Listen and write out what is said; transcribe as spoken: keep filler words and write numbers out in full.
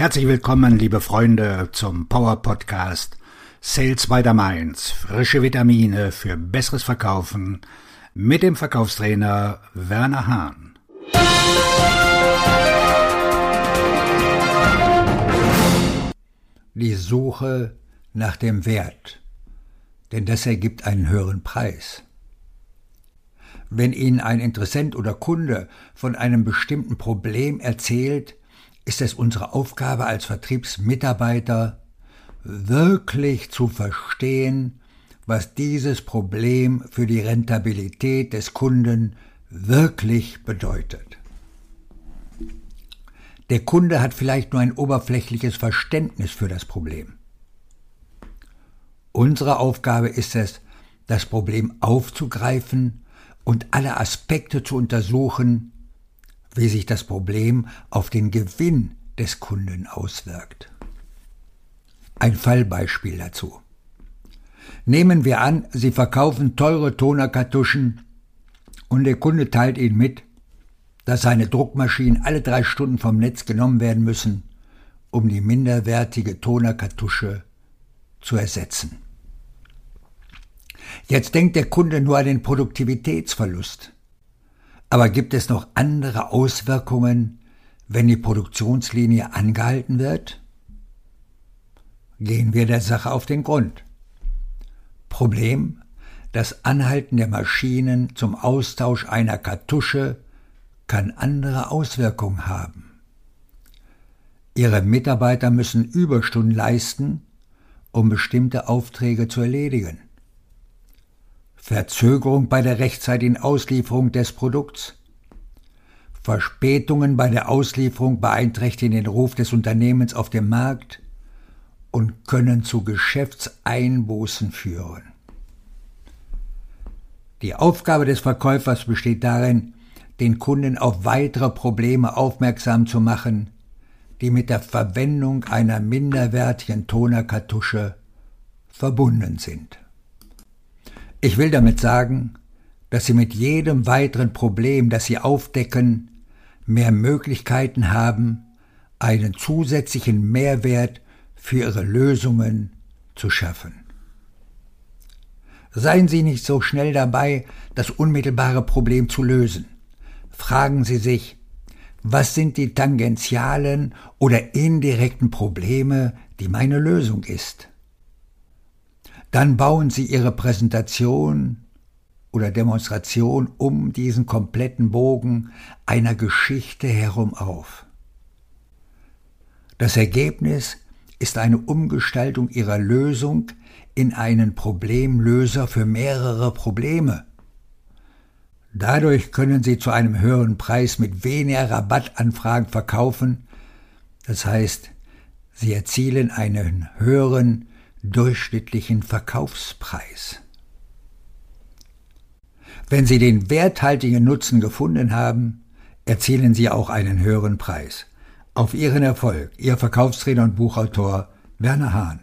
Herzlich willkommen, liebe Freunde, zum Power-Podcast Sales by the Mainz. Frische Vitamine für besseres Verkaufen mit dem Verkaufstrainer Werner Hahn. Die Suche nach dem Wert, denn das ergibt einen höheren Preis. Wenn Ihnen ein Interessent oder Kunde von einem bestimmten Problem erzählt, ist es unsere Aufgabe als Vertriebsmitarbeiter, wirklich zu verstehen, was dieses Problem für die Rentabilität des Kunden wirklich bedeutet. Der Kunde hat vielleicht nur ein oberflächliches Verständnis für das Problem. Unsere Aufgabe ist es, das Problem aufzugreifen und alle Aspekte zu untersuchen, wie sich das Problem auf den Gewinn des Kunden auswirkt. Ein Fallbeispiel dazu. Nehmen wir an, Sie verkaufen teure Tonerkartuschen und der Kunde teilt Ihnen mit, dass seine Druckmaschinen alle drei Stunden vom Netz genommen werden müssen, um die minderwertige Tonerkartusche zu ersetzen. Jetzt denkt der Kunde nur an den Produktivitätsverlust. Aber gibt es noch andere Auswirkungen, wenn die Produktionslinie angehalten wird? Gehen wir der Sache auf den Grund. Problem: Das Anhalten der Maschinen zum Austausch einer Kartusche kann andere Auswirkungen haben. Ihre Mitarbeiter müssen Überstunden leisten, um bestimmte Aufträge zu erledigen. Verzögerung bei der rechtzeitigen Auslieferung des Produkts. Verspätungen bei der Auslieferung beeinträchtigen den Ruf des Unternehmens auf dem Markt und können zu Geschäftseinbußen führen. Die Aufgabe des Verkäufers besteht darin, den Kunden auf weitere Probleme aufmerksam zu machen, die mit der Verwendung einer minderwertigen Tonerkartusche verbunden sind. Ich will damit sagen, dass Sie mit jedem weiteren Problem, das Sie aufdecken, mehr Möglichkeiten haben, einen zusätzlichen Mehrwert für Ihre Lösungen zu schaffen. Seien Sie nicht so schnell dabei, das unmittelbare Problem zu lösen. Fragen Sie sich, was sind die tangentialen oder indirekten Probleme, die meine Lösung ist? Dann bauen Sie Ihre Präsentation oder Demonstration um diesen kompletten Bogen einer Geschichte herum auf. Das Ergebnis ist eine Umgestaltung Ihrer Lösung in einen Problemlöser für mehrere Probleme. Dadurch können Sie zu einem höheren Preis mit weniger Rabattanfragen verkaufen, das heißt, Sie erzielen einen höheren durchschnittlichen Verkaufspreis. Wenn Sie den werthaltigen Nutzen gefunden haben, erzielen Sie auch einen höheren Preis. Auf Ihren Erfolg, Ihr Verkaufstrainer und Buchautor Werner Hahn.